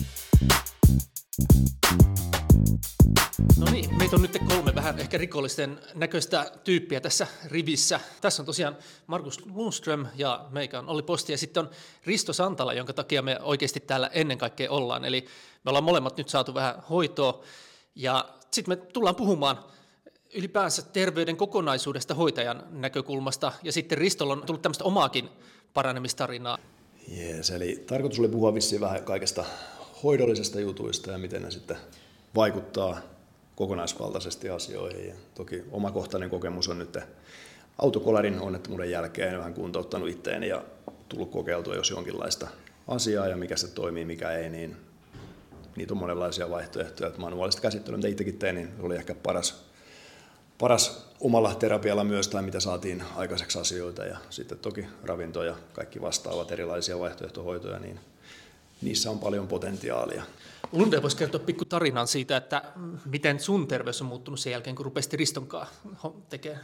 No niin, meitä on nyt 3 vähän ehkä rikollisten näköistä tyyppiä tässä rivissä. Tässä on tosiaan Markus Lundström ja meikä on Olli Posti ja sitten on Risto Santala, jonka takia me oikeasti täällä ennen kaikkea ollaan. Eli me ollaan molemmat nyt saatu vähän hoitoa ja sitten me tullaan puhumaan ylipäänsä terveyden kokonaisuudesta hoitajan näkökulmasta ja sitten Ristolla on tullut tämmöistä omaakin paranemistarinaa. Jees, eli tarkoitus oli puhua vissiin vähän kaikesta hoidollisesta jutuista ja miten ne sitten vaikuttaa kokonaisvaltaisesti asioihin. Ja toki omakohtainen kokemus on nyt autokolarin onnettomuuden jälkeen vähän kuntouttanut itteeni ja tullut kokeiltua jos jonkinlaista asiaa ja mikä se toimii, mikä ei, niin niitä on monenlaisia vaihtoehtoja. Manuaalista käsittelyä, mitä itsekin tein, niin oli ehkä paras omalla terapialla myös, tai mitä saatiin aikaiseksi asioita, ja sitten toki ravinto ja kaikki vastaavat erilaisia vaihtoehtohoitoja, niin niissä on paljon potentiaalia. Lunde voisi kertoa pikku tarinan siitä, että miten sun terveys on muuttunut sen jälkeen, kun rupesit Ristonkaan tekemään.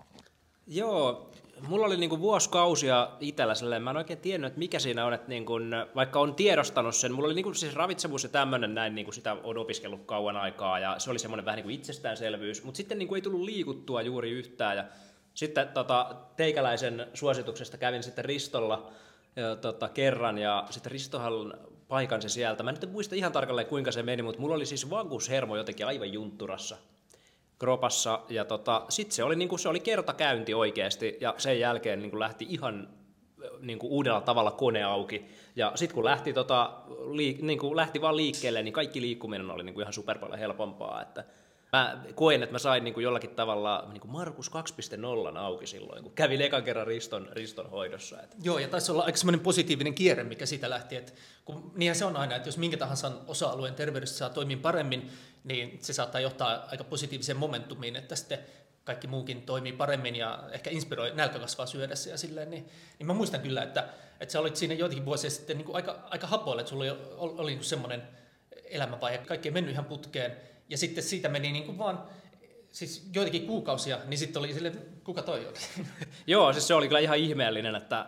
Joo, mulla oli niinku vuosikausia itsellä sellainen, mä en oikein tiennyt, että mikä siinä on, että niinku, vaikka on tiedostanut sen, mulla oli niinku siis ravitsemus ja tämmöinen näin, niinku sitä on opiskellut kauan aikaa ja se oli semmoinen vähän niinku itsestäänselvyys, mutta sitten niinku ei tullut liikuttua juuri yhtään ja sitten teikäläisen suosituksesta kävin sitten Ristolla kerran ja sitten Ristohan paikan se sieltä. Mä en nyt muista ihan tarkalleen kuinka se meni, mutta mulla oli siis vagushermo jotenkin aivan juntturassa kropassa ja sitten se oli niinku se oli kertakäynti oikeasti ja sen jälkeen niinku lähti ihan niinku uudella tavalla kone auki ja sitten kun lähti niinku lähti vaan liikkeelle, niin kaikki liikkuminen oli niinku ihan super paljon helpompaa, että mä koen, että mä sain niinku jollakin tavalla niinku Markus 2.0 auki silloin, kun kävin ekan kerran Riston hoidossa. Että. Joo, ja taisi olla aika semmoinen positiivinen kierre, mikä siitä lähti. Että niinhän se on aina, että jos minkä tahansa osa-alueen terveydestä saa toimia paremmin, niin se saattaa johtaa aika positiiviseen momentumiin, että sitten kaikki muukin toimii paremmin ja ehkä inspiroi nälkäkasvaa syödessä ja silleen. Niin mä muistan kyllä, että sä olit siinä joitakin vuosia sitten niin kuin aika hapoilla, että sulla oli niin semmoinen elämänvaihe, kaikki ei mennyt ihan putkeen. Ja sitten siitä meni niin kuin vaan siis joitakin kuukausia, niin sitten oli silleen, kuka toi oli? Joo, siis se oli kyllä ihan ihmeellinen, että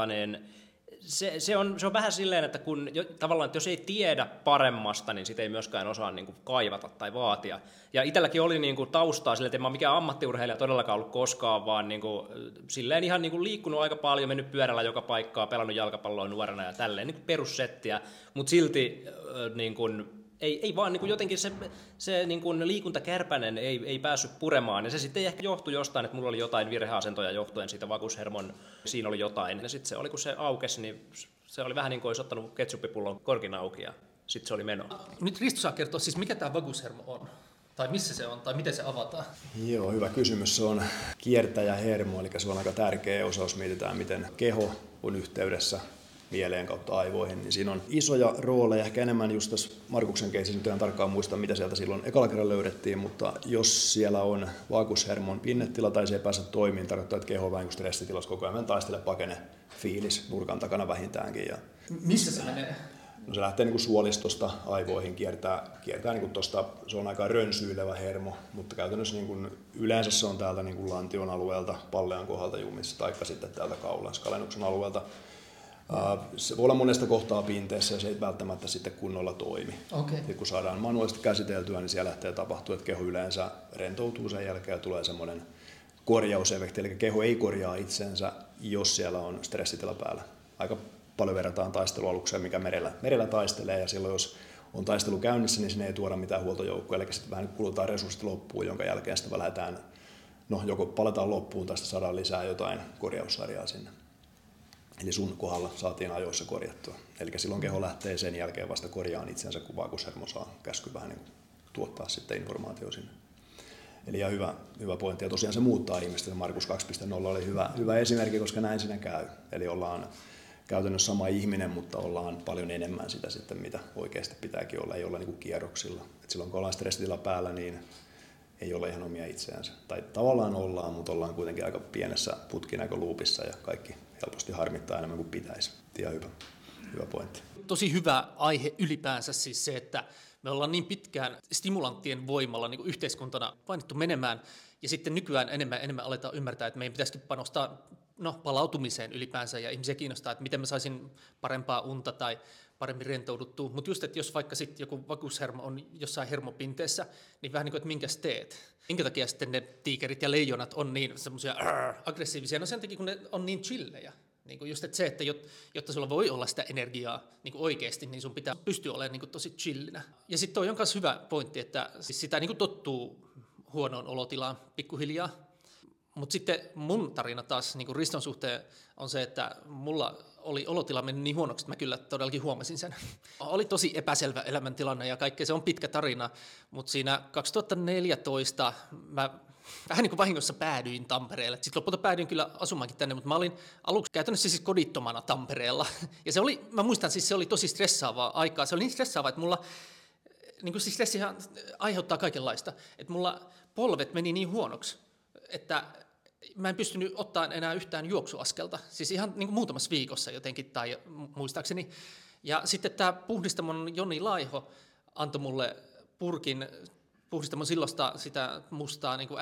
se on vähän silleen, että kun tavallaan, että jos ei tiedä paremmasta, niin sitä ei myöskään osaa niin kuin kaivata tai vaatia. Ja itselläkin oli niin kuin taustaa silleen, että en mä ole mikään ammattiurheilija todellakaan ollut koskaan, vaan niin kuin, silleen ihan niin kuin liikkunut aika paljon, mennyt pyörällä joka paikkaa, pelannut jalkapalloa nuorena ja tälleen, niin kuin perussettiä, mutta silti niin kuin, ei vaan niin kuin jotenkin se niin kuin liikuntakärpänen ei päässyt puremaan, ja se sitten ehkä johtui jostain, että mulla oli jotain virheasentoja johtuen siitä vagushermon, siinä oli jotain, ja sitten se oli, kun se aukesi, niin se oli vähän niin kuin olisi ottanut ketsuppipullon korkin auki, ja sitten se oli meno. Nyt Risto saa kertoa siis, mikä tämä vagushermo on, tai missä se on, tai miten se avataan? Joo, hyvä kysymys. Se on kiertäjähermo, eli se on aika tärkeä osa, jos mietitään, miten keho on yhteydessä mieleen kautta aivoihin, niin siinä on isoja rooleja, ehkä enemmän just tässä Markuksen keisissä, nyt en tarkkaan muista, mitä sieltä silloin ekalla kerralla löydettiin, mutta jos siellä on vagushermon pinnetila tai se ei pääse toimimaan, tarkoittaa, että keho on vähän kuin stressitilassa koko ajan, taistele pakene fiilis nurkan takana vähintäänkin. Ja missä se menee? No se lähtee niin kuin suolistosta aivoihin, kiertää niin kuin tosta, se on aika rönsyilevä hermo, mutta käytännössä niin kuin, yleensä se on täältä niin kuin lantion alueelta, pallean kohdalta jumissa, taikka sitten täältä kaulan skalennuksen alueelta. Se voi olla monesta kohtaa pinteessä ja se ei välttämättä sitten kunnolla toimi. Okay. Ja kun saadaan manuaalisesti käsiteltyä, niin siellä lähtee tapahtua, että keho yleensä rentoutuu sen jälkeen ja tulee semmoinen korjausefekti. Eli keho ei korjaa itsensä, jos siellä on stressitila päällä. Aika paljon verrataan taistelualukseen, mikä merellä taistelee, ja silloin jos on taistelu käynnissä, niin sinne ei tuoda mitään huoltojoukkoja, eli sitten vähän kulutaan resurssit loppuun, jonka jälkeen sitten lähdetään, joko palataan loppuun tai saadaan lisää jotain korjaussarjaa sinne. Eli sun kohdalla saatiin ajoissa korjattua. Eli silloin keho lähtee sen jälkeen vasta korjaan itsensä, kun vagushermo saa käsky vähän niin kuin tuottaa sitten informaatio sinne. Eli ihan hyvä pointti. Ja tosiaan se muuttaa ihmistä. Markus 2.0 oli hyvä esimerkki, koska näin siinä käy. Eli ollaan käytännössä sama ihminen, mutta ollaan paljon enemmän sitä sitten, mitä oikeasti pitääkin olla. Ei olla niin kuin kierroksilla. Et silloin kun ollaan stressitila päällä, niin ei ole ihan omia itseänsä. Tai tavallaan ollaan, mutta ollaan kuitenkin aika pienessä putkinäköluupissa ja kaikki helposti harmittaa enemmän kuin pitäisi. Ihan hyvä pointti. Tosi hyvä aihe ylipäänsä siis se, että me ollaan niin pitkään stimulanttien voimalla niin kuin yhteiskuntana painettu menemään, ja sitten nykyään enemmän aletaan ymmärtää, että meidän pitäisikin panostaa palautumiseen ylipäänsä, ja ihmisiä kiinnostaa, että miten mä saisin parempaa unta tai paremmin rentouduttua. Mutta just, että jos vaikka sitten joku vakuushermo on jossain hermopinteessä, niin vähän niin kuin, että minkäs teet? Minkä takia sitten ne tiikerit ja leijonat on niin semmoisia aggressiivisia? No sen takia, kun ne on niin chillejä. Niin kuin just, että se, että jotta sulla voi olla sitä energiaa niin kuin oikeasti, niin sun pitää pystyä olemaan niin kuin tosi chillinä. Ja sitten toi on myös hyvä pointti, että siis sitä niin kuin tottuu huonoon olotilaan pikkuhiljaa. Mutta sitten mun tarina taas niin kuin Riston suhteen on se, että mulla oli olotila mennyt niin huonoksi, että mä kyllä todellakin huomasin sen. Oli tosi epäselvä elämäntilanne ja kaikkea, se on pitkä tarina, mutta siinä 2014 mä vähän niin kuin vahingossa päädyin Tampereelle. Sitten lopulta päädyin kyllä asumaankin tänne, mutta mä olin aluksi käytännössä siis kodittomana Tampereella. Ja se oli, mä muistan siis se oli tosi stressaavaa aikaa. Se oli niin stressaavaa, että mulla, niin kuin siis stressihan aiheuttaa kaikenlaista, että mulla polvet meni niin huonoksi, että mä en pystynyt ottaa enää yhtään juoksuaskelta, siis ihan niin kuin muutamassa viikossa jotenkin, tai muistaakseni. Ja sitten tämä puhdistamon Joni Laiho antoi mulle purkin puhdistamon silloista sitä mustaa niin kuin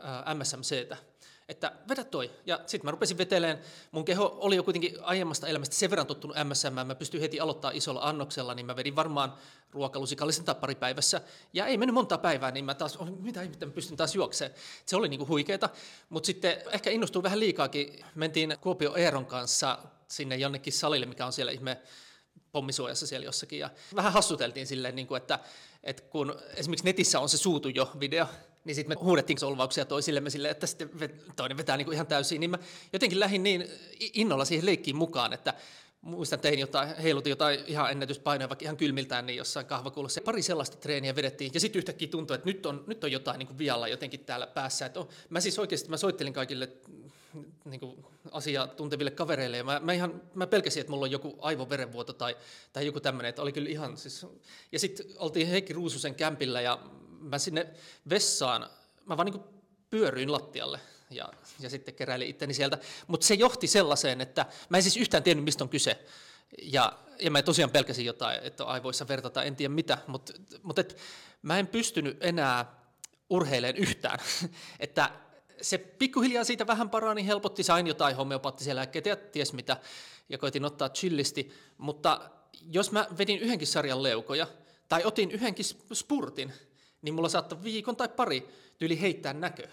MSMCtä, että vedä toi. Ja sitten mä rupesin veteleen. Mun keho oli jo kuitenkin aiemmasta elämästä sen verran tottunut MSM, mä pystyin heti aloittaa isolla annoksella, niin mä vedin varmaan ruokalusikallisen tai pari päivässä. Ja ei mennyt montaa päivää, niin mä taas, mitä ihmettä mä pystyn taas juoksemaan. Se oli niinku huikeeta, mutta sitten ehkä innostuin vähän liikaakin. Mentiin Kuopio Eeron kanssa sinne jonnekin salille, mikä on siellä ihme pommisuojassa siellä jossakin. Ja vähän hassuteltiin silleen, niin kuin, että kun esimerkiksi netissä on se suutu jo video, niin sitten me huudettiin solvauksia toisillemme silleen, että sitten toinen vetää niin kuin ihan täysin. Niin mä jotenkin lähdin niin innolla siihen leikkiin mukaan, että muistan tein jotain, heilutin jotain ihan ennätyspainoja, vaikka ihan kylmiltään, niin jossain kahvakuulossa. Pari sellaista treeniä vedettiin, ja sitten yhtäkkiä tuntui, että nyt on jotain niin kuin vialla jotenkin täällä päässä. Että mä siis oikeasti mä soittelin kaikille niin kuin asiaa tunteville kavereille, ja mä pelkäsin, että mulla on joku aivoverenvuoto tai joku tämmöinen, että oli kyllä ihan siis. Ja sitten oltiin Heikki Ruususen kämpillä, ja mä sinne vessaan, mä vaan niin kuin pyöryin lattialle ja sitten keräilin itteni sieltä. Mutta se johti sellaiseen, että mä en siis yhtään tiennyt, mistä on kyse. Ja mä tosiaan pelkäsin jotain, että aivoissa verta tai en tiedä mitä, mutta mä en pystynyt enää urheilemaan yhtään. Että se pikkuhiljaa siitä vähän parani, helpotti, sain jotain homeopaattisia lääkkeitä ja ties mitä, ja koitin ottaa chillisti. Mutta jos mä vedin yhdenkin sarjan leukoja tai otin yhdenkin spurtin, niin mulla saattoi viikon tai pari tyyli heittää näkö.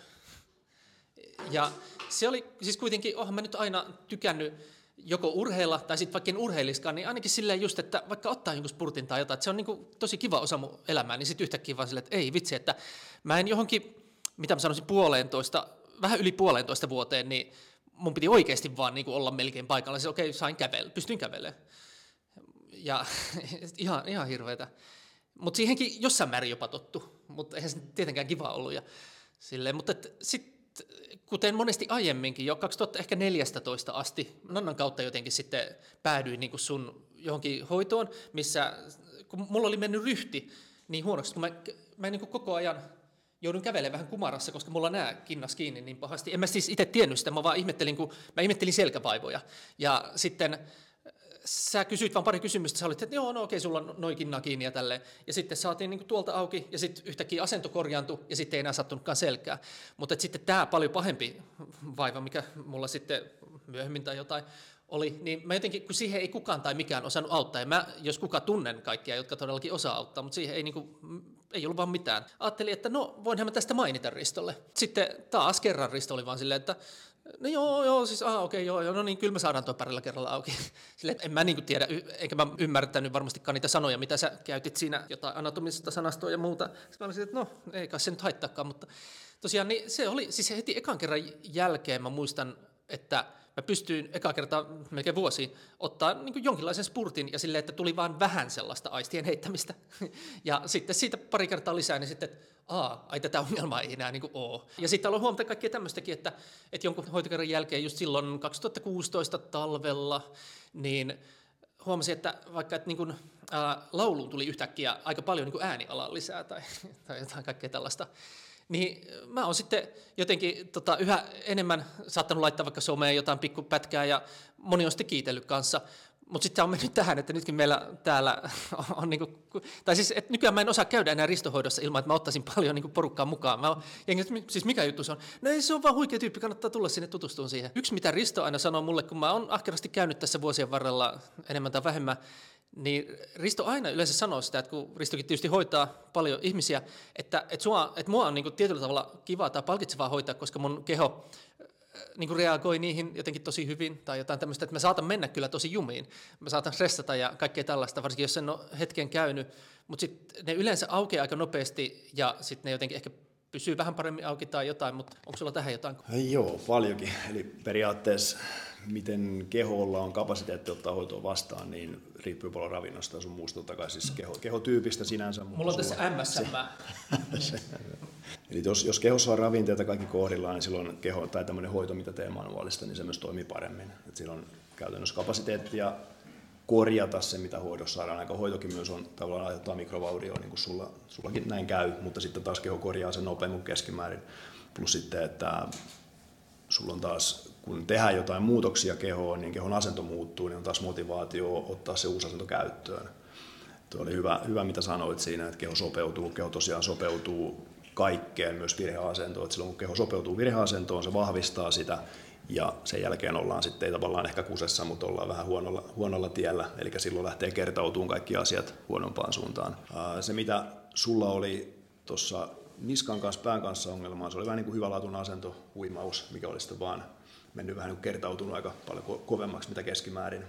Ja se oli siis kuitenkin, oonhan mä nyt aina tykännyt joko urheilla, tai sitten vaikka en urheiliskaan, niin ainakin silleen just, että vaikka ottaa jonkun spurtin tai jotain, että se on niinku tosi kiva osa mun elämää, niin sitten yhtäkkiä vaan silleen, että ei vitsi, että mä en johonkin, mitä mä sanoisin, vähän yli 1,5 vuoteen, niin mun piti oikeasti vaan niinku olla melkein paikalla. Siis okei, pystyin kävelemään. Ja ihan hirveetä. Mutta siihenkin jossain määrin jopa tottu, mutta eihän se tietenkään kiva ollut. Ja silleen, mutta sitten, kuten monesti aiemminkin, jo 2014 asti, Nannan kautta jotenkin sitten päädyin niin kuin sun johonkin hoitoon, missä kun mulla oli mennyt ryhti niin huonoksi, kun mä niin kuin koko ajan joudun kävelemään vähän kumarassa, koska mulla nämä kinnas kiinni niin pahasti. En mä siis itse tiennyt sitä, mä vaan ihmettelin selkävaivoja. Ja sitten sä kysyit vaan pari kysymystä, sä olit, että joo, no okei, sulla on noin kinnaa kiinni ja tälleen. Ja sitten saatiin niin kuin tuolta auki, ja sitten yhtäkkiä asento korjaantui, ja sitten ei enää sattunutkaan selkää. Mutta sitten tämä paljon pahempi vaiva, mikä mulla sitten myöhemmin tai jotain oli, niin mä jotenkin, kun siihen ei kukaan tai mikään osannut auttaa, ja mä, jos kuka tunnen kaikkia, jotka todellakin osaa auttaa, mutta siihen ei ollut vaan mitään. Ajattelin, että no, voinhan mä tästä mainita Ristolle. Sitten taas kerran Risto oli vaan silleen, että no joo, siis okei, no niin, kyllä me saadaan tuo parilla kerralla auki. Silleen, en mä niin kuin tiedä, enkä mä ymmärtänyt varmastikaan niitä sanoja, mitä sä käytit siinä, jotain anatomisesta sanastoa ja muuta. Sitten mä olin että no, ei kai se nyt haittaakaan, mutta tosiaan niin se oli, siis heti ekan kerran jälkeen mä muistan, että mä pystyin eka kertaa melkein vuosi ottaa niin kuin jonkinlaisen spurtin ja silleen, että tuli vaan vähän sellaista aistien heittämistä. Ja sitten siitä pari kertaa lisää, niin sitten, että tätä ongelmaa ei enää niin kuin ole. Ja sitten aloin huomata kaikkea tämmöistäkin, että jonkun hoitokerran jälkeen just silloin 2016 talvella, niin huomasin, että vaikka että niin kuin, lauluun tuli yhtäkkiä aika paljon niin kuin äänialaa lisää tai jotain kaikkea tällaista, niin mä oon sitten jotenkin yhä enemmän saattanut laittaa vaikka someen jotain pikkupätkää ja moni on sitten kiitellyt kanssa. Mutta sitten on mennyt tähän, että nytkin meillä täällä on niinku, tai siis että nykyään mä en osaa käydä enää ristohoidossa ilman, että mä ottaisin paljon niinku porukkaa mukaan. Siis mikä juttu se on? No ei, se on vaan huikea tyyppi, kannattaa tulla sinne tutustumaan siihen. Yksi mitä Risto aina sanoo mulle, kun mä oon ahkerasti käynyt tässä vuosien varrella enemmän tai vähemmän, niin Risto aina yleensä sanoo sitä, että kun Ristokin tietysti hoitaa paljon ihmisiä, että mua on niin kuin tietyllä tavalla kivaa tai palkitsevaa hoitaa, koska mun keho niin kuin reagoi niihin jotenkin tosi hyvin tai jotain tämmöistä, että mä saatan mennä kyllä tosi jumiin. Mä saatan stressata ja kaikkea tällaista, varsinkin jos en ole hetken käynyt, mutta sitten ne yleensä aukeaa aika nopeasti ja sitten ne jotenkin ehkä pysyy vähän paremmin auki tai jotain, mutta onko sulla tähän jotain? Joo, paljonkin. Eli periaatteessa miten keholla on kapasiteetti ottaa hoitoa vastaan, niin riippuu paljon ravinnosta ja sun muusta, totta kai siis kehotyypistä sinänsä. Mulla on tässä MSM. Eli jos kehossa on ravinteita kaikki kohdillaan, niin silloin keho tai tämmöinen hoito, mitä tee manuaalista, niin se myös toimii paremmin. Et silloin käytännössä kapasiteettia korjata se, mitä hoidossa saadaan. Aika hoitokin myös on tavallaan aiheuttaa mikrovaurioa, niin kuin sullakin näin käy, mutta sitten taas keho korjaa sen nopeammin keskimäärin. Plus sitten, että sulla on taas, kun tehdään jotain muutoksia kehoon, niin kehon asento muuttuu, niin on taas motivaatio ottaa se uusi asento käyttöön. Tuo oli hyvä, mitä sanoit siinä, että keho tosiaan sopeutuu kaikkeen, myös virheasentoon. Että silloin kun keho sopeutuu virheasentoon, se vahvistaa sitä, ja sen jälkeen ollaan sitten, ei tavallaan ehkä kusessa, mutta ollaan vähän huonolla tiellä, eli silloin lähtee kertautumaan kaikki asiat huonompaan suuntaan. Se, mitä sulla oli tuossa niskan kanssa, pään kanssa ongelmaa, se oli vähän niin kuin hyvälaatuinen asento, huimaus, mikä oli sitten vaan mennyt vähän niin kuin kertautunut aika paljon kovemmaksi mitä keskimäärin.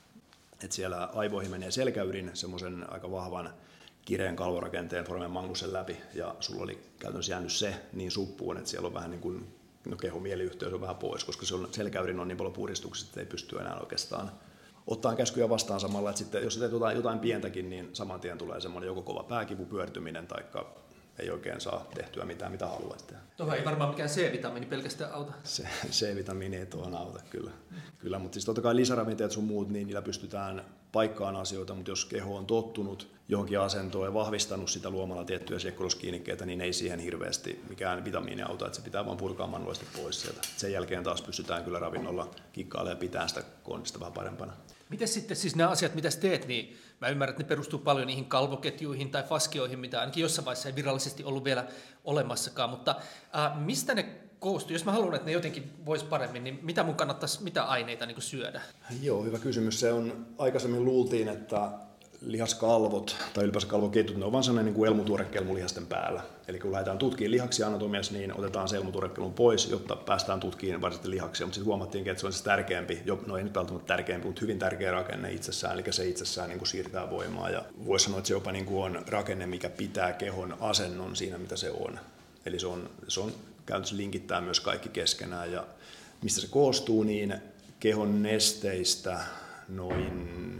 Et siellä aivoihin menee selkäydin semmoisen aika vahvan kireen kalvorakenteen foramen magnuksen läpi, ja sulla oli käytännössä jäänyt se niin suppuun, että siellä on vähän niin kuin keho-mieliyhteys on vähän pois, koska selkäydin on niin paljon puhdistuksista, että ei pysty enää oikeastaan ottaa käskyjä vastaan samalla, että sitten jos teet jotain pientäkin, niin saman tien tulee semmoinen joko kova pääkivu, pyörtyminen, taikka ei oikein saa tehtyä mitään, mitä haluat. Tuohon ei varmaan mikään C-vitamiini pelkästään auta. C-vitamiini ei tuohon auta, kyllä. Mutta siis totta kai lisäravinteet sun muut, niin niillä pystytään paikkaan asioita, mutta jos keho on tottunut johonkin asentoon ja vahvistanut sitä luomalla tiettyjä siekkuloskiinnikkeitä, niin ei siihen hirveästi mikään vitamiini auta, että se pitää vaan purkaa manuaalisesti pois sieltä. Sen jälkeen taas pystytään kyllä ravinnolla kikkailemaan ja pitämään sitä kondista vähän parempana. Miten sitten siis nämä asiat, mitä sä teet, niin mä ymmärrän, että ne perustuu paljon niihin kalvoketjuihin tai faskioihin, mitä ainakin jossain vaiheessa ei virallisesti ollut vielä olemassakaan, mutta mistä ne koostuu? Jos mä haluan, että ne jotenkin vois paremmin, niin mitä mun kannattaisi, mitä aineita niin kuin syödä? Joo, hyvä kysymys. Se on, aikaisemmin luultiin, että lihaskalvot tai ylipäänsä kalvoketjut, ne on vaan sellainen niin kuin elmutuorekelmu lihasten päällä. Eli kun lähdetään tutkimaan lihaksia anatomiassa, niin otetaan se elmutuorekelmu pois, jotta päästään tutkimaan varsinaisesti lihaksia. Mutta sitten huomattiinkin, että se on se tärkeämpi, no ei nyt välttämättä tärkeämpi, mutta hyvin tärkeä rakenne itsessään. Eli se itsessään niin kuin siirtää voimaa. Ja voisi sanoa, että se jopa niin kuin on rakenne, mikä pitää kehon asennon siinä, mitä se on. Eli se on käytössä linkittää myös kaikki keskenään. Ja mistä se koostuu, niin kehon nesteistä noin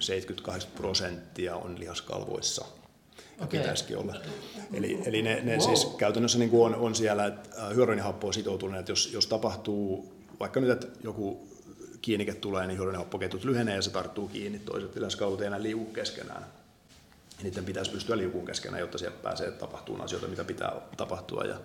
70-80% on lihaskalvoissa. Okay. Pitäisikin olla. Eli ne siis käytännössä niin kuin on siellä hyaluronihappoon sitoutuneet, että jos tapahtuu, vaikka nyt että joku kiinnike tulee, niin hyaluronihapppoketjut lyhenee ja se tarttuu kiinni, toiset lihaskalvot ei enää liuku keskenään. Niiden pitäisi pystyä liukumaan keskenään, jotta siellä pääsee tapahtumaan asioita, mitä pitää tapahtua. Ja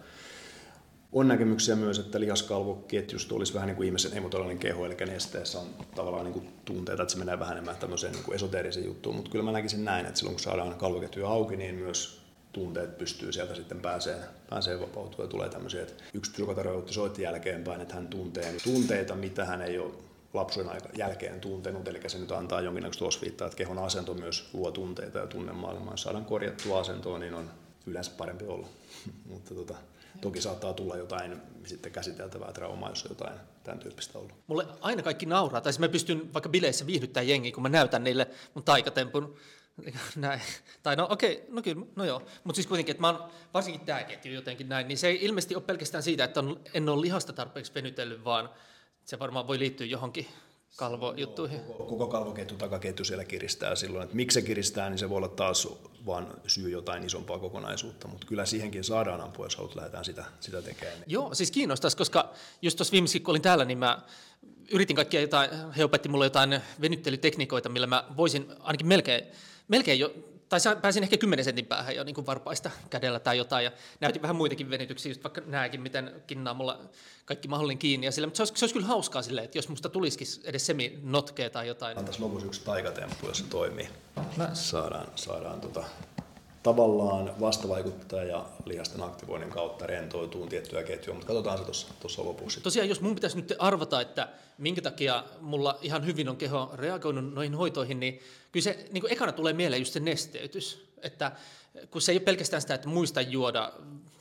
on näkemyksiä myös, että lihaskalvoketjusta olisi vähän niin kuin ihmisen hemotolinen keho, eli nesteessä on tavallaan niin kuin tunteita, että se menee vähän enemmän tämmöiseen niin kuin esoteeriseen juttuun, mutta kyllä mä näkisin näin, että silloin kun saadaan kalvoketjuja auki, niin myös tunteet pystyy sieltä sitten pääsee vapautua ja tulee tämmöisiä, että yksi psykoterapeutti soitti jälkeenpäin, että hän tuntee tunteita, mitä hän ei ole lapsuuden jälkeen tuntenut, eli se nyt antaa jonkinlaista osviittaa, että kehon asento myös luo tunteita ja tunnemaailmaa. Jos saadaan korjattua asentoa, niin on yleensä parempi olla, mutta toki saattaa tulla jotain sitten käsiteltävää traumaa, jos on jotain tämän tyyppistä ollut. Mulle aina kaikki nauraa, tai siis mä pystyn vaikka bileissä viihdyttämään jengiä, kun mä näytän niille mun taikatempun. Näin. Tai no okei, no kyllä, no joo. Mutta siis kuitenkin, että mä oon, varsinkin tää ketju jotenkin näin, niin se ei ilmeisesti ole pelkästään siitä, että en ole lihasta tarpeeksi venytellyt, vaan se varmaan voi liittyä johonkin kalvojuttuihin. Koko kalvoketju, takaketju siellä kiristää silloin, että miksi se kiristää, niin se voi olla taas vaan syy jotain isompaa kokonaisuutta, mutta kyllä siihenkin saadaan ampua, jos haluat lähdetään sitä tekemään. Joo, siis kiinnostaisi, koska just tuossa viimeksi, kun olin täällä, niin mä yritin kaikkia jotain, he opetti mulle jotain venyttelytekniikoita, millä mä voisin ainakin melkein jo, tai pääsin ehkä 10 sentin päähän jo niin kuin varpaista kädellä tai jotain, ja näytin vähän muitakin venytyksiä, just vaikka nämäkin, miten kinnaa mulla kaikki mahdollinen kiinni, ja sillä, mutta se olisi kyllä hauskaa silleen, että jos musta tulisikin edes semi-notkea tai jotain. Antaisi lopuksi yksi taikatemppu, jos se toimii. Saadaan tavallaan vastavaikuttaja ja lihasten aktivoinnin kautta rentoutuu tiettyä ketjua, mutta katsotaan se tuossa lopuksi. Tosiaan, jos mun pitäisi nyt arvata, että minkä takia mulla ihan hyvin on keho reagoinut noihin hoitoihin, niin kyllä se niin kuin ekana tulee mieleen just se nesteytys, että kun se ei ole pelkästään sitä, että muista juoda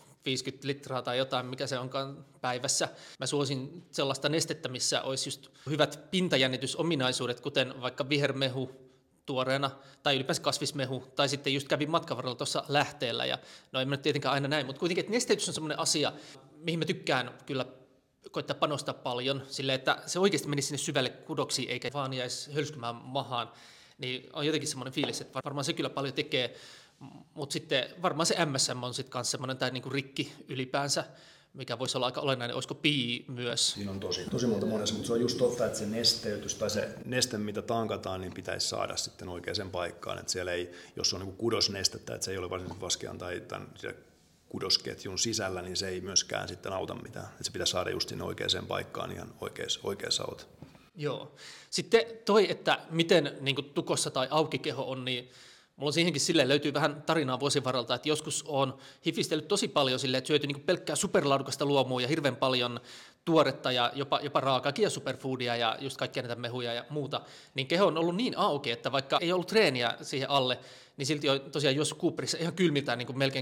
50 litraa tai jotain, mikä se onkaan päivässä. Mä suosin sellaista nestettä, missä olisi just hyvät pintajännitysominaisuudet, kuten vaikka vihermehu tuoreena, tai ylipäänsä kasvismehu, tai sitten just kävin matkan varrella tuossa lähteellä, ja no en mä nyt tietenkään aina näin, mutta kuitenkin, että nesteytys on semmoinen asia, mihin mä tykkään kyllä koittaa panostaa paljon, silleen, että se oikeasti menisi sinne syvälle kudoksiin, eikä vaan jäisi hölskymään mahaan, niin on jotenkin semmoinen fiilis, että varmaan se kyllä paljon tekee, mutta sitten varmaan se MSM on sitten kanssa semmoinen tai niinku rikki ylipäänsä, mikä voisi olla aika olennainen, olisiko PI myös? Siinä on tosi monessa, mutta se on just totta, että se nesteytys tai se neste, mitä tankataan, niin pitäisi saada sitten oikeaan paikkaan, että siellä ei, jos on niin kudosnestettä, että se ei ole varsinaisesti vaskian tai kudosketjun sisällä, niin se ei myöskään sitten auta mitään, että se pitäisi saada just sinne oikeaan paikkaan ihan oikeassa ot. Joo. Sitten toi, että miten niin kuin tukossa tai aukikeho on, niin mulla siihenkin silleen löytyy vähän tarinaa vuosien varrelta, että joskus on hifistellyt tosi paljon silleen, että syöty niin kuin pelkkää superlaadukasta luomua ja hirveän paljon tuoretta ja jopa raakaakin ja superfoodia ja just kaikkia näitä mehuja ja muuta, niin keho on ollut niin auki, että vaikka ei ollut treeniä siihen alle, niin silti on tosiaan jos Cooperissa ihan kylmiltään niin kuin melkein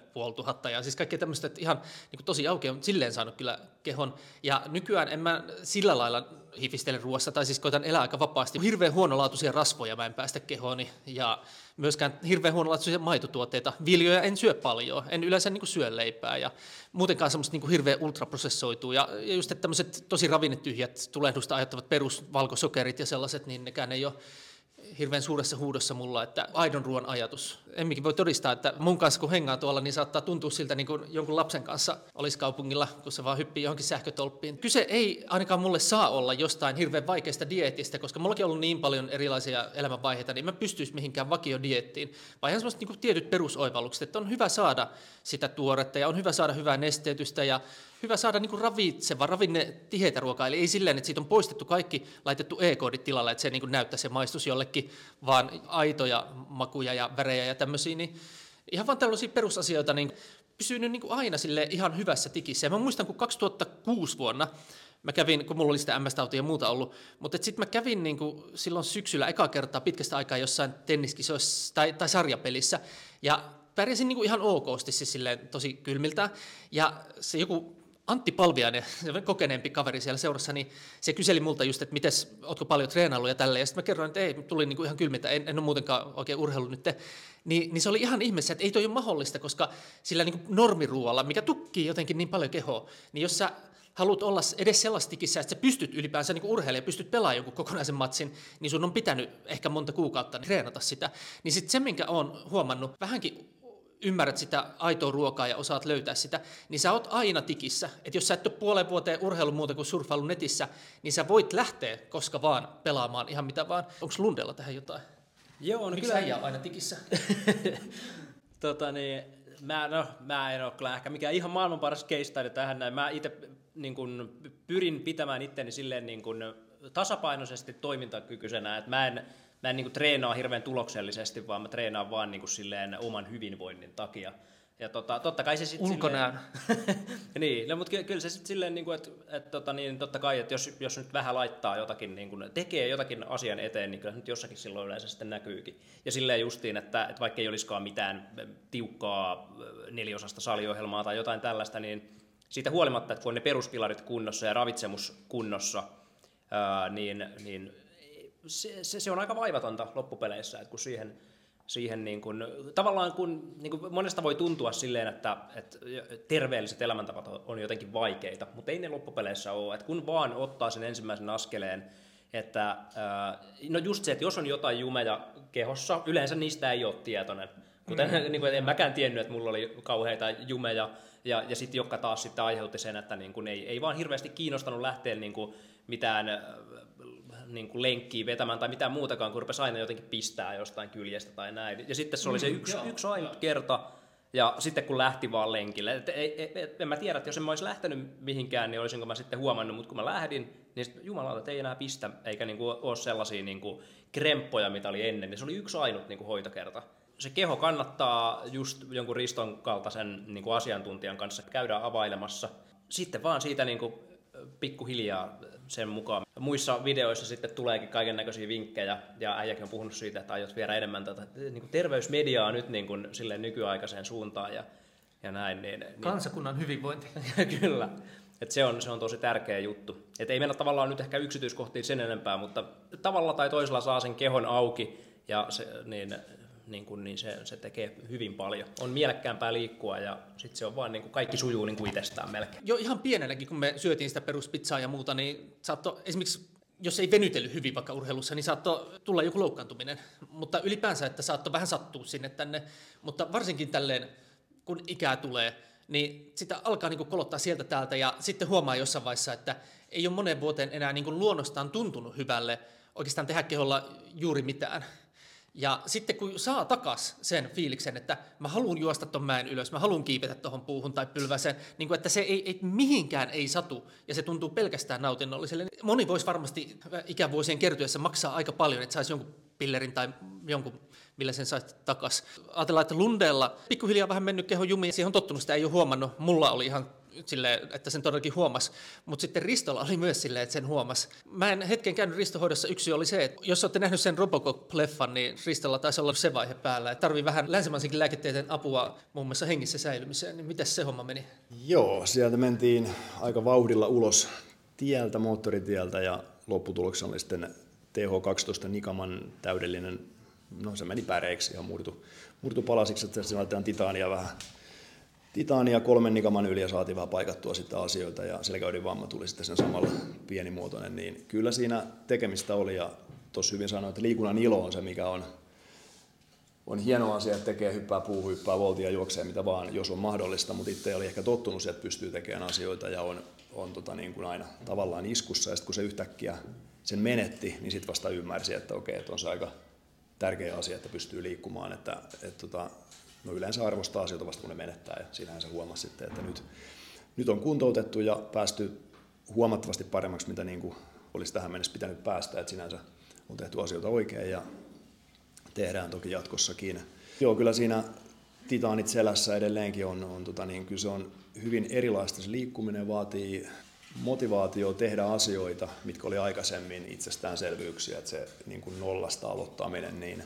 3500 ja siis kaikkea tämmöistä, että ihan niin kuin tosi auki on silleen saanut kyllä kehon. Ja nykyään en mä sillä lailla hifistele ruoassa, tai siis koitan elää aika vapaasti. Hirveän huonolaatuisia rasvoja mä en päästä kehooni ja myöskään hirveän huonolaatuisia maitotuotteita. Viljoja en syö paljon, en yleensä niin kuin syö leipää ja muutenkaan semmoista niin kuin hirveän ultraprosessoitua. Ja just että tämmöiset tosi ravinnetyhjät tulehdusta aiheuttavat perusvalkosokerit ja sellaiset, niin nekään ei ole hirveän suuressa huudossa mulla, että aidon ruoan ajatus. Emmekin voi todistaa, että mun kanssa kun hengaa tuolla, niin saattaa tuntua siltä niin kuin jonkun lapsen kanssa olisi kaupungilla, kun se vaan hyppii johonkin sähkötolppiin. Kyse ei ainakaan mulle saa olla jostain hirveän vaikeasta dieetistä, koska mullakin on ollut niin paljon erilaisia elämänvaiheita, niin mä pystyisi mihinkään vakiodieettiin. Vaan ihan semmoiset niin kuin tietyt perusoivallukset, että on hyvä saada sitä tuoretta ja on hyvä saada hyvää nesteytystä ja hyvä saada niin kuin ravitseva, ravinnetiheitä ruokaa, eli ei silleen, että siitä on poistettu kaikki, laitettu E-koodit tilalle, että se niin kuin näyttää se maistus jollekin, vaan aitoja makuja ja värejä ja tämmöisiä, niin ihan vaan tällaisia perusasioita niin pysynyt niin kuin aina sille ihan hyvässä tikissä. Ja mä muistan, kun 2006 vuonna mä kävin, kun mulla oli sitä MS-tautia ja muuta ollut, mutta sitten mä kävin niin kuin silloin syksyllä eka kertaa pitkästä aikaa jossain tenniskisoissa tai sarjapelissä, ja pärjäsin niin kuin ihan okosti, siis silleen tosi kylmiltä, ja se joku Antti Palviainen, kokeneempi kaveri siellä seurassa, niin se kyseli multa just, että mites, ootko paljon treenailu ja tälleen, ja sitten mä kerroin, että ei, tuli niinku ihan kylmiltä, en ole muutenkaan oikein urheillut nyt, niin se oli ihan ihmeessä, että ei toi ole mahdollista, koska sillä niinku normiruoalla, mikä tukkii jotenkin niin paljon kehoa, niin jos sä haluat olla edes sellaisessa tikissä, että sä pystyt ylipäänsä niin urheilijan, pystyt pelaamaan jonkun kokonaisen matsin, niin sun on pitänyt ehkä monta kuukautta treenata sitä, niin sitten se, minkä oon huomannut, vähänkin ymmärrät sitä aitoa ruokaa ja osaat löytää sitä, niin sä oot aina tikissä. Että jos sä et ole puoleen vuoteen urheilu muuta kuin surffailu netissä, niin sä voit lähteä koska vaan pelaamaan ihan mitä vaan. Onko Lundella tähän jotain? Joo, no miksi äijä on aina tikissä? Mä en ole kyllä ehkä mikään ihan maailman paras case study tähän näin. Mä itse niin kun pyrin pitämään itteni silleen niin kun tasapainoisesti toimintakykyisenä, että mä en niin kuin treenaa hirveän tuloksellisesti, vaan mä treenaan vaan niin kuin silleen oman hyvinvoinnin takia. Ja totta kai se sitten ulkonäön. Niin, no, mutta kyllä se sitten silleen, niin kuin, että niin, totta kai, että jos nyt vähän laittaa jotakin, niin kuin, tekee jotakin asian eteen, niin kyllä nyt jossakin silloin yleensä sitten näkyykin. Ja silleen justiin, että vaikka ei olisikaan mitään tiukkaa 4-osasta saliohjelmaa tai jotain tällaista, niin siitä huolimatta, että kun on ne peruspilarit kunnossa ja ravitsemus kunnossa, niin se on aika vaivatonta loppupeleissä, että kun siihen niin kuin, tavallaan kun niin kuin monesta voi tuntua silleen, että terveelliset elämäntavat on jotenkin vaikeita, mutta ei ne loppupeleissä ole, että kun vaan ottaa sen ensimmäisen askeleen, että no just se, että jos on jotain jumeja kehossa, yleensä niistä ei ole tietoinen, kuten niin kuin, en mäkään tiennyt, että mulla oli kauheita jumeja, ja sitten jotka taas sitten aiheutti sen, että niin kuin ei vaan hirveästi kiinnostanut lähteä niin kuin mitään niin kuin lenkkiä vetämään tai mitään muutakaan, kun rupesi aina jotenkin pistää jostain kyljestä tai näin. Ja sitten se oli se yksi ainut kerta, ja sitten kun lähti vaan lenkille. En mä tiedä, että jos en mä olisi lähtenyt mihinkään, niin olisinko mä sitten huomannut, mutta kun mä lähdin, niin jumalauta, että ei enää pistä, eikä niin kuin ole sellaisia niin kuin kremppoja, mitä oli ennen. Ja se oli yksi ainut niin kuin hoitokerta. se keho kannattaa just jonkun Riston kaltaisen niin kuin asiantuntijan kanssa käydä availemassa. Sitten vaan siitä niin kuin pikkuhiljaa sen mukaan. Muissa videoissa sitten tuleekin kaiken näköisiä vinkkejä, ja äijäkin on puhunut siitä, että aiot viedä enemmän tätä niin kuin terveysmediaa nyt niin kuin silleen nykyaikaiseen suuntaan ja näin. Niin, kansakunnan hyvinvointi. Kyllä. Et se on tosi tärkeä juttu. Et ei mennä tavallaan nyt ehkä yksityiskohtiin sen enempää, mutta tavalla tai toisella saa sen kehon auki, ja se tekee hyvin paljon. On mielekkäämpää liikkua, ja sitten se on vaan niin kuin kaikki sujuu niin kuin itsestään melkein. Jo ihan pienelläkin, kun me syötiin sitä peruspizzaa ja muuta, niin saattoi esimerkiksi, jos ei venytellyt hyvin vaikka urheilussa, niin saattoi tulla joku loukkaantuminen. Mutta ylipäänsä, että saattoi vähän sattua sinne tänne. Mutta varsinkin tälleen, kun ikää tulee, niin sitä alkaa niin kuin kolottaa sieltä täältä, ja sitten huomaa jossain vaiheessa, että ei ole moneen vuoteen enää niin kuin luonnostaan tuntunut hyvälle oikeastaan tehdä keholla juuri mitään. Ja sitten kun saa takas sen fiiliksen, että mä haluan juosta ton mäen ylös, mä haluan kiipetä tuohon puuhun tai pylväseen, niin kuin että se ei mihinkään ei satu ja se tuntuu pelkästään nautinnolliselle. Moni voisi varmasti ikävuosien kertyessä maksaa aika paljon, että saisi jonkun pillerin tai jonkun, millä sen saisi takas. Ajatellaan, että Lundella pikkuhiljaa vähän mennyt keho jumiin, siihen on tottunut, sitä ei ole huomannut. Mulla oli ihan silleen, että sen todellakin huomasi, mutta sitten Ristolla oli myös silleen, että sen huomasi. Mä en hetken käynyt Ristohoidossa, yksi oli se, että jos olette nähnyt sen Robocop-leffan, niin Ristolla taisi olla se vaihe päällä, että tarvii vähän länsimaisenkin lääketieteen apua muun muassa hengissä säilymiseen, niin miten se homma meni? Joo, sieltä mentiin aika vauhdilla ulos tieltä, moottoritieltä, ja lopputuloksena oli sitten TH12 Nikaman täydellinen, no se meni päreiksi ihan murtu palasiksi, että siinä laitetaan titaania 3 nikaman yli ja saatiin vähän paikattua sitten asioita, ja selkäydinvamma tuli sitten sen samalla pienimuotoinen, niin kyllä siinä tekemistä oli, ja tuossa hyvin sanoin, että liikunnan ilo on se, mikä on hieno asia, että tekee hyppää voltia, juoksee mitä vaan, jos on mahdollista, mutta itse oli ehkä tottunut siihen, että pystyy tekemään asioita ja on niin kuin aina tavallaan iskussa, ja sitten kun se yhtäkkiä sen menetti, niin sitten vasta ymmärsi, että okei, että on se aika tärkeä asia, että pystyy liikkumaan, no yleensä arvostaa asioita vasta kun ne menettää, ja siinähän se huomasi sitten, että nyt on kuntoutettu ja päästy huomattavasti paremmaksi, mitä niin kuin olisi tähän mennessä pitänyt päästä, että sinänsä on tehty asioita oikein ja tehdään toki jatkossakin. Joo, kyllä siinä titaanit selässä edelleenkin niin kyllä se on hyvin erilaista. Se liikkuminen vaatii motivaatio tehdä asioita, mitkä oli aikaisemmin itsestäänselvyyksiä, että se niin kuin nollasta aloittaminen, niin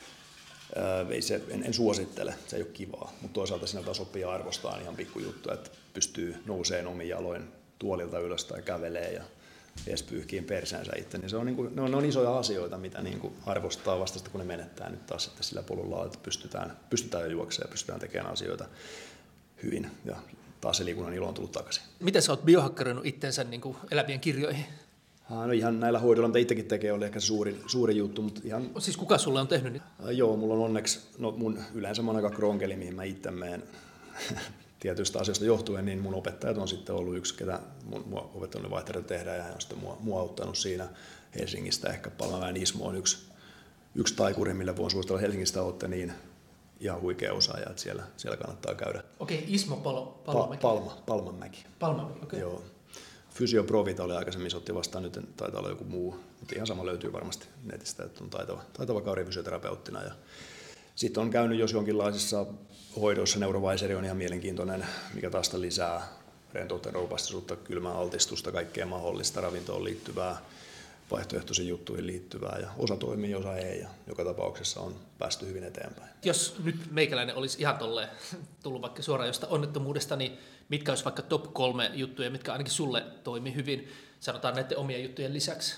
en suosittele, se ei ole kivaa, mutta toisaalta siinä taas oppii arvostaa ihan pikkujuttu, että pystyy nousemaan omin jaloin tuolilta ylös tai kävelee ja edes pyyhkiin perseensä itse, niin ne on isoja asioita, mitä niin kuin arvostaa vasta kun ne menettää nyt taas sitten sillä polulla, että pystytään juoksemaan ja pystytään tekemään asioita hyvin ja taas se liikunnan ilo on tullut takaisin. Miten sä oot biohakkeroinut itsensä niin kuin elävien kirjoihin? No ihan näillä hoidoilla, mitä itsekin tekee, oli ehkä se suurin juttu. Mutta ihan... Siis kuka sulle on tehnyt niin? Joo, mulla on onneksi, yleensä mä oon aika kronkeli, mihin mä itse menen tietyistä asioista johtuen, niin mun opettajat on sitten ollut yksi, ketä mua opettanut vaihtoehtoja tehdä, ja hän on sitten mua auttanut siinä Helsingistä. Ehkä Palmaväen Ismo on yksi taikuri, millä voin suositella. Helsingistä olette niin ihan huikea osaaja, että siellä kannattaa käydä. Okei, Ismo Palmanmäki. Palmanmäki, okei. Joo. Fysioprovita oli aikaisemmin, se otti vastaan, nyt taitaa olla joku muu, mutta ihan sama löytyy varmasti netistä, että on taitava Kauri fysioterapeuttina. Ja sitten on käynyt jos jonkinlaisissa hoidoissa, Neuroviseri on ihan mielenkiintoinen, mikä taas lisää rentoutta, roupastisuutta, kylmää altistusta, kaikkea mahdollista ravintoon liittyvää, vaihtoehtoisiin juttuihin liittyvää, ja osa toimii, osa ei, ja joka tapauksessa on päästy hyvin eteenpäin. Jos nyt meikäläinen olisi ihan tolleen tullut vaikka suoraan jostain onnettomuudesta, niin mitkä olisi vaikka top 3 juttuja, mitkä ainakin sulle toimi hyvin, sanotaan näiden omien juttujen lisäksi?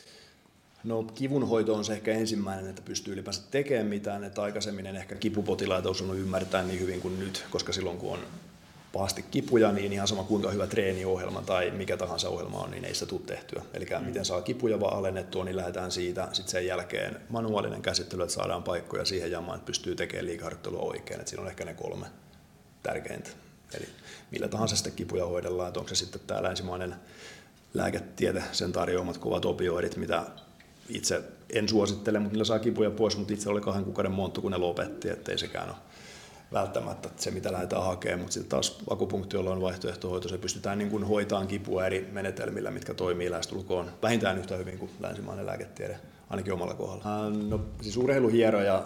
No kivunhoito on se ehkä ensimmäinen, että pystyy ylipäänsä tekemään mitään, että aikaisemmin en ehkä kipupotilaita osannut ymmärtää niin hyvin kuin nyt, koska silloin kun on pahasti kipuja, niin ihan sama kuinka hyvä treeniohjelma tai mikä tahansa ohjelma on, niin ei sitä tule tehtyä. Eli miten saa kipuja vaan alennettua, niin lähdetään siitä. Sitten sen jälkeen manuaalinen käsittely, että saadaan paikkoja siihen jamaan, että pystyy tekemään liikeharjoittelua oikein. Että siinä on ehkä ne 3 tärkeintä. Eli millä tahansa sitten kipuja hoidellaan, että onko se sitten tämä länsimainen lääketiede, sen tarjoamat kovat opioidit, mitä itse en suosittele, mutta niillä saa kipuja pois, mutta itse oli 2 kuukauden monttu, kun ne lopetti, ettei sekään ole välttämättä se, mitä lähdetään hakemaan, mutta sitten taas akupunktiolla on vaihtoehtohoito, se pystytään niin kuin hoitamaan kipua eri menetelmillä, mitkä toimii lähestulkoon vähintään yhtä hyvin kuin länsimainen lääketiede, ainakin omalla kohdalla. No siis urheiluhieroja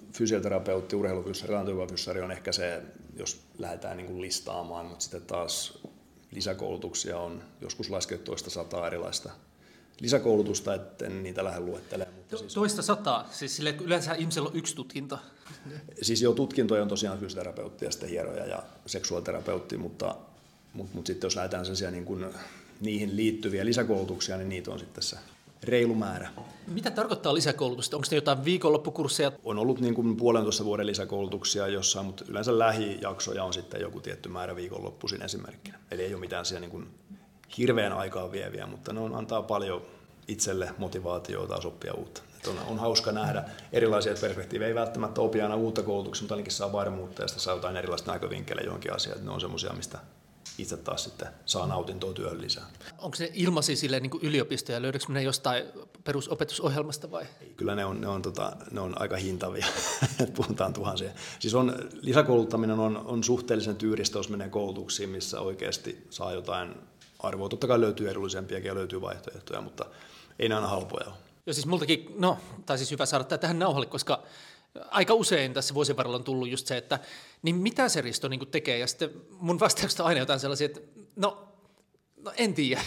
fysioterapeutti, urheilufyssari, rantojuopafyssari on ehkä se, jos lähdetään niin kuin listaamaan, mutta sitten taas lisäkoulutuksia on joskus laskettu toista 100 erilaista lisäkoulutusta, etten niitä lähde luettelemaan. Siis toista 100, siis sille yleensä ihmisellä on yksi tutkinto. Siis jo tutkintoja on tosiaan fysioterapeutti ja sitten hieroja ja seksuaaliterapeutti, mutta sitten jos lähdetään sellaisia niin kuin niihin liittyviä lisäkoulutuksia, niin niitä on sitten se reilu määrä. Mitä tarkoittaa lisäkoulutusta? Onko ne jotain viikonloppukursseja? On ollut niin kuin 1,5 vuoden lisäkoulutuksia jossain, mutta yleensä lähijaksoja on sitten joku tietty määrä viikonloppuisin esimerkkinä. Eli ei ole mitään siellä niin kuin hirveän aikaa vieviä, mutta ne antaa paljon itselle motivaatiota taas oppia uutta. On hauska nähdä erilaisia perspektiivejä, ei välttämättä opi aina uutta koulutuksia, mutta ainakin saa varmuutta ja sitä saa jotain erilaista näkövinkkelejä johonkin asiaan. Ne on semmoisia, mistä itse taas sitten saa nautintoa työhön lisää. Onko ne ilmaisia silleen niin kuin yliopistoja? Löydätkö ne jostain perusopetusohjelmasta vai? Kyllä ne on aika hintavia, että puhutaan tuhansia. Siis lisäkouluttaminen on suhteellisen tyyristä, jos menee koulutuksiin, missä oikeasti saa jotain arvoa. Totta kai löytyy edullisempiakin ja löytyy vaihtoehtoja, mutta ei ne aina halpoja ole. Joo, siis multakin, tai siis hyvä saada tähän nauhalle, koska aika usein tässä vuosien varrella on tullut just se, että niin mitä se Risto niin kuin tekee, ja sitten mun vastaukset on aina jotain sellaisia, että no en tiedä,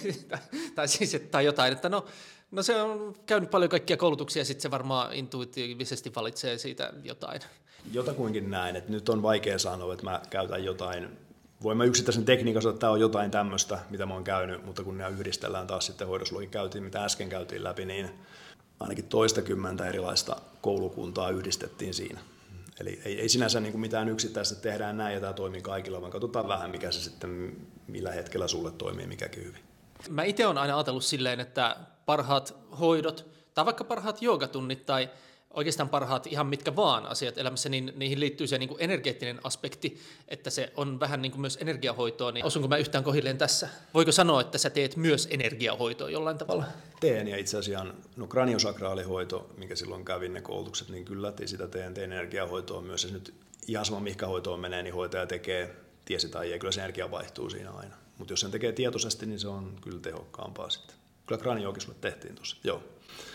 tai jotain, että no se on käynyt paljon kaikkia koulutuksia, ja sitten se varmaan intuitiivisesti valitsee siitä jotain. Jotakuinkin näin, että nyt on vaikea sanoa, että mä käytän jotain. Voin mä yksittäisen tekniikan sanoa, että tämä on jotain tämmöistä, mitä mä oon käynyt, mutta kun ne yhdistellään taas sitten hoidosluokin käytiin, mitä äsken käytiin läpi, niin ainakin 20 erilaista koulukuntaa yhdistettiin siinä. Eli ei sinänsä niin kuin mitään yksittäistä tehdään näin ja tämä toimii kaikilla, vaan katsotaan vähän, mikä se sitten, millä hetkellä sulle toimii mikäkin hyvin. Mä itse olen aina ajatellut silleen, että parhaat hoidot tai vaikka parhaat joogatunnit tai oikeastaan parhaat ihan mitkä vaan asiat elämässä, niin niihin liittyy se niin kuin energeettinen aspekti, että se on vähän niin kuin myös energiahoitoa. Niin osunko mä yhtään kohilleen tässä? Voiko sanoa, että sä teet myös energiahoitoa jollain tavalla? Teen, ja itse asiassa kraniosakraalihoito, minkä silloin kävin ne koulutukset, niin kyllä sitä teen energiahoitoa myös. Ja nyt ihan sama mihinkä hoitoon menee, niin hoitaja tekee, tiesi tai ei, kyllä se energia vaihtuu siinä aina. Mutta jos sen tekee tietoisesti, niin se on kyllä tehokkaampaa sitten. Kyllä kranioakin sulle tehtiin tuossa, joo.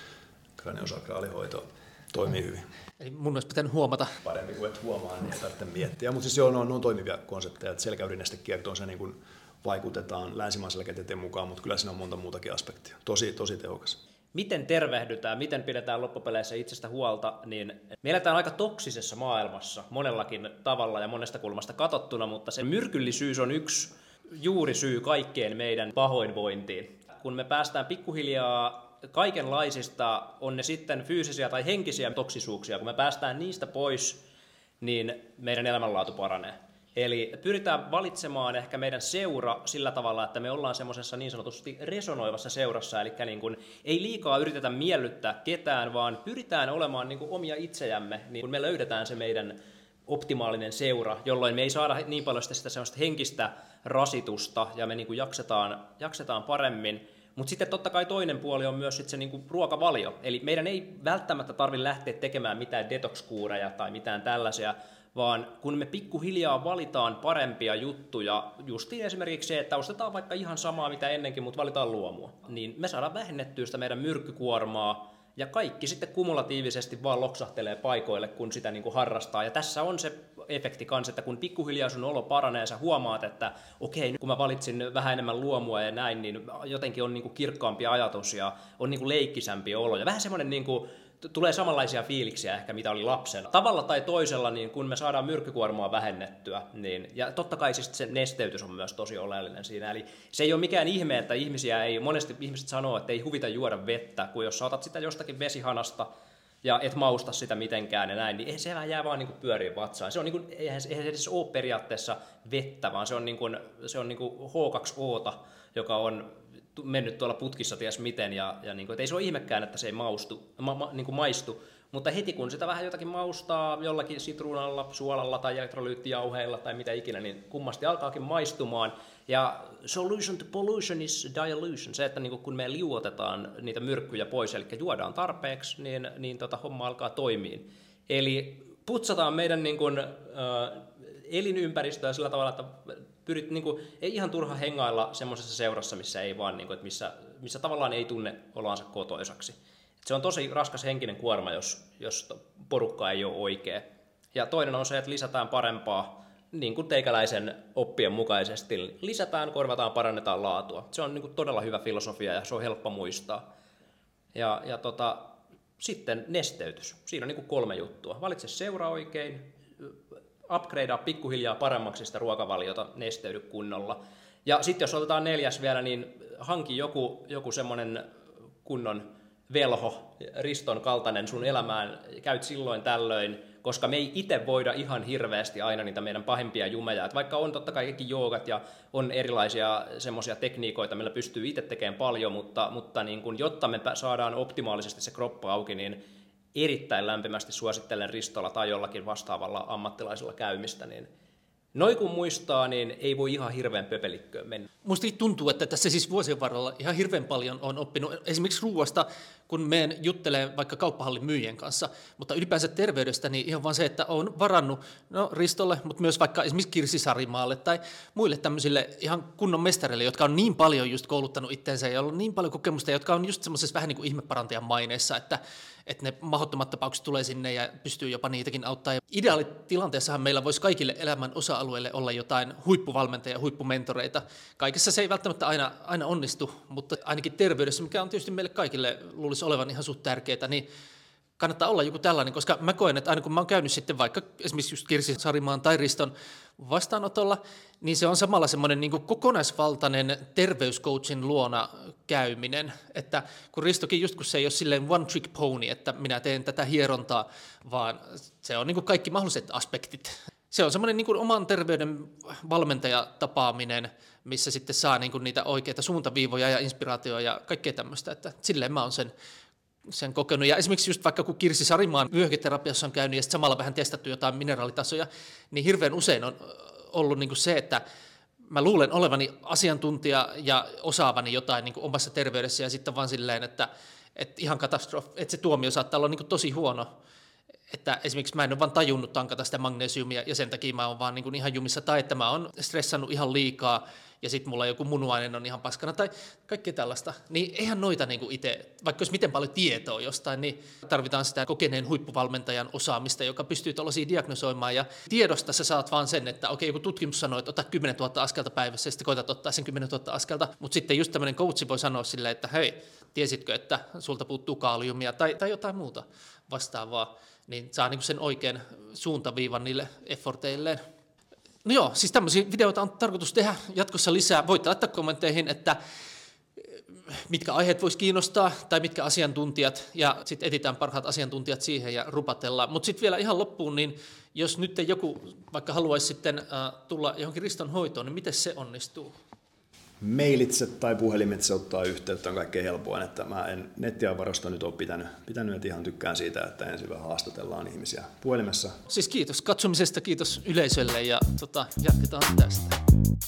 Kraniosakraalihoito toimii hyvin. Eli mun olisi pitänyt huomata. Paremmin kuin et huomaa, niin ei tarvitse miettiä. Mutta siis joo, ne on toimivia konsepteja. Selkäyrinestekiertoon se niin kuin vaikutetaan länsimaisella käteteen mukaan, mutta kyllä siinä on monta muutakin aspektia. Tosi tehokas. Miten tervehdytään, miten pidetään loppupeleissä itsestä huolta, niin me eletään aika toksisessa maailmassa monellakin tavalla ja monesta kulmasta katsottuna, mutta se myrkyllisyys on yksi juurisyy kaikkeen meidän pahoinvointiin. Kun me päästään pikkuhiljaa kaikenlaisista, on ne sitten fyysisiä tai henkisiä toksisuuksia, kun me päästään niistä pois, niin meidän elämänlaatu paranee. Eli pyritään valitsemaan ehkä meidän seura sillä tavalla, että me ollaan semmoisessa niin sanotusti resonoivassa seurassa, eli niin kuin ei liikaa yritetä miellyttää ketään, vaan pyritään olemaan niin kuin omia itsejämme, niin kun me löydetään se meidän optimaalinen seura, jolloin me ei saada niin paljon sitä semmoista henkistä rasitusta ja me niin kuin jaksetaan paremmin. Mutta sitten totta kai toinen puoli on myös sit se niinku ruokavalio. Eli meidän ei välttämättä tarvitse lähteä tekemään mitään detox-kuureja tai mitään tällaisia, vaan kun me pikkuhiljaa valitaan parempia juttuja, justiin esimerkiksi se, että ostetaan vaikka ihan samaa mitä ennenkin, mutta valitaan luomua, niin me saadaan vähennettyä sitä meidän myrkkykuormaa, ja kaikki sitten kumulatiivisesti vaan loksahtelee paikoille, kun sitä niin kuin harrastaa. Ja tässä on se efekti kanssa, että kun pikkuhiljaa sun olo paranee ja sä huomaat, että okei, nyt kun mä valitsin vähän enemmän luomua ja näin, niin jotenkin on niin kuin kirkkaampi ajatus ja on niin kuin leikkisämpi olo. Ja vähän semmoinen niin kuin tulee samanlaisia fiiliksiä ehkä, mitä oli lapsena. Tavalla tai toisella, niin kun me saadaan myrkkykuormaa vähennettyä, niin, ja totta kai siis se nesteytys on myös tosi oleellinen siinä. Eli se ei ole mikään ihme, että monesti ihmiset sanoo, että ei huvita juoda vettä, kun jos sä otat sitä jostakin vesihanasta, ja et mausta sitä mitenkään ja näin, niin se jää vaan niin pyöriin vatsaan. Se on niin kuin, eihän se edes ole periaatteessa vettä, vaan se on niin kuin H2Ota, joka on mennyt tuolla putkissa ties miten, ja niin kuin, ei se ole ihmekään, että se ei niin kuin maistu, mutta heti kun sitä vähän jotakin maustaa jollakin sitruunalla, suolalla tai elektrolyyttijauheilla tai mitä ikinä, niin kummasti alkaakin maistumaan. Ja solution to pollution is dilution, se, että niin kuin, kun me liuotetaan niitä myrkkyjä pois, eli juodaan tarpeeksi, niin homma alkaa toimia. Eli putsataan meidän niin kuin, elinympäristöä sillä tavalla, että niin kuin, ei ihan turha hengailla semmoisessa seurassa, missä ei vaan, niin kuin, että missä tavallaan ei tunne oloansa kotoisaksi. Se on tosi raskas henkinen kuorma, jos porukka ei ole oikea. Ja toinen on se, että lisätään parempaa, niin kuin teikäläisen oppien mukaisesti. Lisätään, korvataan, parannetaan laatua. Se on niin kuin todella hyvä filosofia ja se on helppo muistaa. Ja sitten nesteytys. Siinä on niin kuin 3 juttua. Valitse seura oikein, upgradea pikkuhiljaa paremmaksi sitä ruokavaliota, nesteydy kunnolla. Ja sitten jos otetaan 4. vielä, niin hanki joku semmoinen kunnon velho, Riston kaltainen sun elämään, käyt silloin tällöin, koska me ei itse voida ihan hirveästi aina niitä meidän pahimpia jumeja. Et vaikka on totta kai kaikki joogat ja on erilaisia semmoisia tekniikoita, millä pystyy itse tekemään paljon, mutta niin kun, jotta me saadaan optimaalisesti se kroppa auki, niin erittäin lämpimästi suosittelen Ristolla tai jollakin vastaavalla ammattilaisella käymistä, niin noin kun muistaa, niin ei voi ihan hirveän pöpelikköön mennä. Musta tuntuu, että tässä siis vuosien varrella ihan hirveän paljon on oppinut esimerkiksi ruuasta, kun menen juttelemaan vaikka kauppahallin myyjien kanssa, mutta ylipäänsä terveydestä, niin ihan vaan se, että on varannut Ristolle, mutta myös vaikka esimerkiksi Kirsi Sarimaalle tai muille tämmöisille ihan kunnon mestareille, jotka on niin paljon just kouluttanut itseensä ja ollut niin paljon kokemusta, jotka on just semmoisessa vähän niin kuin ihmeparantajan maineessa, että ne mahdottomat tapaukset tulee sinne ja pystyy jopa niitäkin auttaa. Ideaalitilanteessahan meillä voisi kaikille elämän osa-alueille olla jotain huippuvalmentajia, huippumentoreita. Kaikessa se ei välttämättä aina onnistu, mutta ainakin terveydessä, mikä on tietysti meille kaikille luulisi olevan ihan suht tärkeää, niin kannattaa olla joku tällainen, koska mä koen, että aina kun mä oon käynyt sitten vaikka esimerkiksi just Kirsi Sarimaan tai Riston vastaanotolla, niin se on samalla semmoinen niin kuin kokonaisvaltainen terveyscoachin luona käyminen, että kun Ristokin just kun se ei ole silleen one trick pony, että minä teen tätä hierontaa, vaan se on niin kuin kaikki mahdolliset aspektit. Se on semmoinen niin kuin oman terveyden valmentajatapaaminen, missä sitten saa niin kuin niitä oikeita suuntaviivoja ja inspiraatioja ja kaikkea tämmöistä, että silleen mä oon sen kokenut. Ja esimerkiksi just vaikka kun Kirsi Sarimaan vyöhyketerapiassa on käynyt ja sitten samalla vähän testattu jotain mineraalitasoja, niin hirveän usein on ollut niin kuin se, että mä luulen olevani asiantuntija ja osaavani jotain niin kuin omassa terveydessä ja sitten vaan silleen, että ihan katastrofi, että se tuomio saattaa olla niin kuin tosi huono. Että esimerkiksi mä en ole vaan tajunnut tankata sitä magnesiumia ja sen takia mä oon vaan niin kuin ihan jumissa tai että mä oon stressannut ihan liikaa ja sitten mulla joku munuainen on ihan paskana tai kaikkea tällaista. Niin eihän noita niin kuin itse, vaikka olisi miten paljon tietoa jostain, niin tarvitaan sitä kokeneen huippuvalmentajan osaamista, joka pystyy tuollaisia diagnosoimaan ja tiedosta sä saat vaan sen, että okei, joku tutkimus sanoo, että ota 10 000 askelta päivässä ja sitten koetat ottaa sen 10 000 askelta, mutta sitten just tämmöinen coachi voi sanoa silleen, että hei, tiesitkö, että sulta puuttuu kaaliumia tai jotain muuta vastaavaa. Niin saa niin sen oikean suuntaviivan niille efforteilleen. No joo, siis tämmöisiä videoita on tarkoitus tehdä jatkossa lisää. Voitte laittaa kommentteihin, että mitkä aiheet voisi kiinnostaa tai mitkä asiantuntijat, ja sitten etsitään parhaat asiantuntijat siihen ja rupatellaan. Mutta sitten vielä ihan loppuun, niin jos nyt joku vaikka haluaisi sitten tulla johonkin Riston hoitoon, niin miten se onnistuu? Mailitse tai puhelimitse ottaa yhteyttä on kaikkein helpoin, että mä en nettiavarosta nyt ole pitänyt, että ihan tykkään siitä, että ensin vähän haastatellaan ihmisiä puhelimessa. Siis kiitos katsomisesta, kiitos yleisölle ja jatketaan tästä.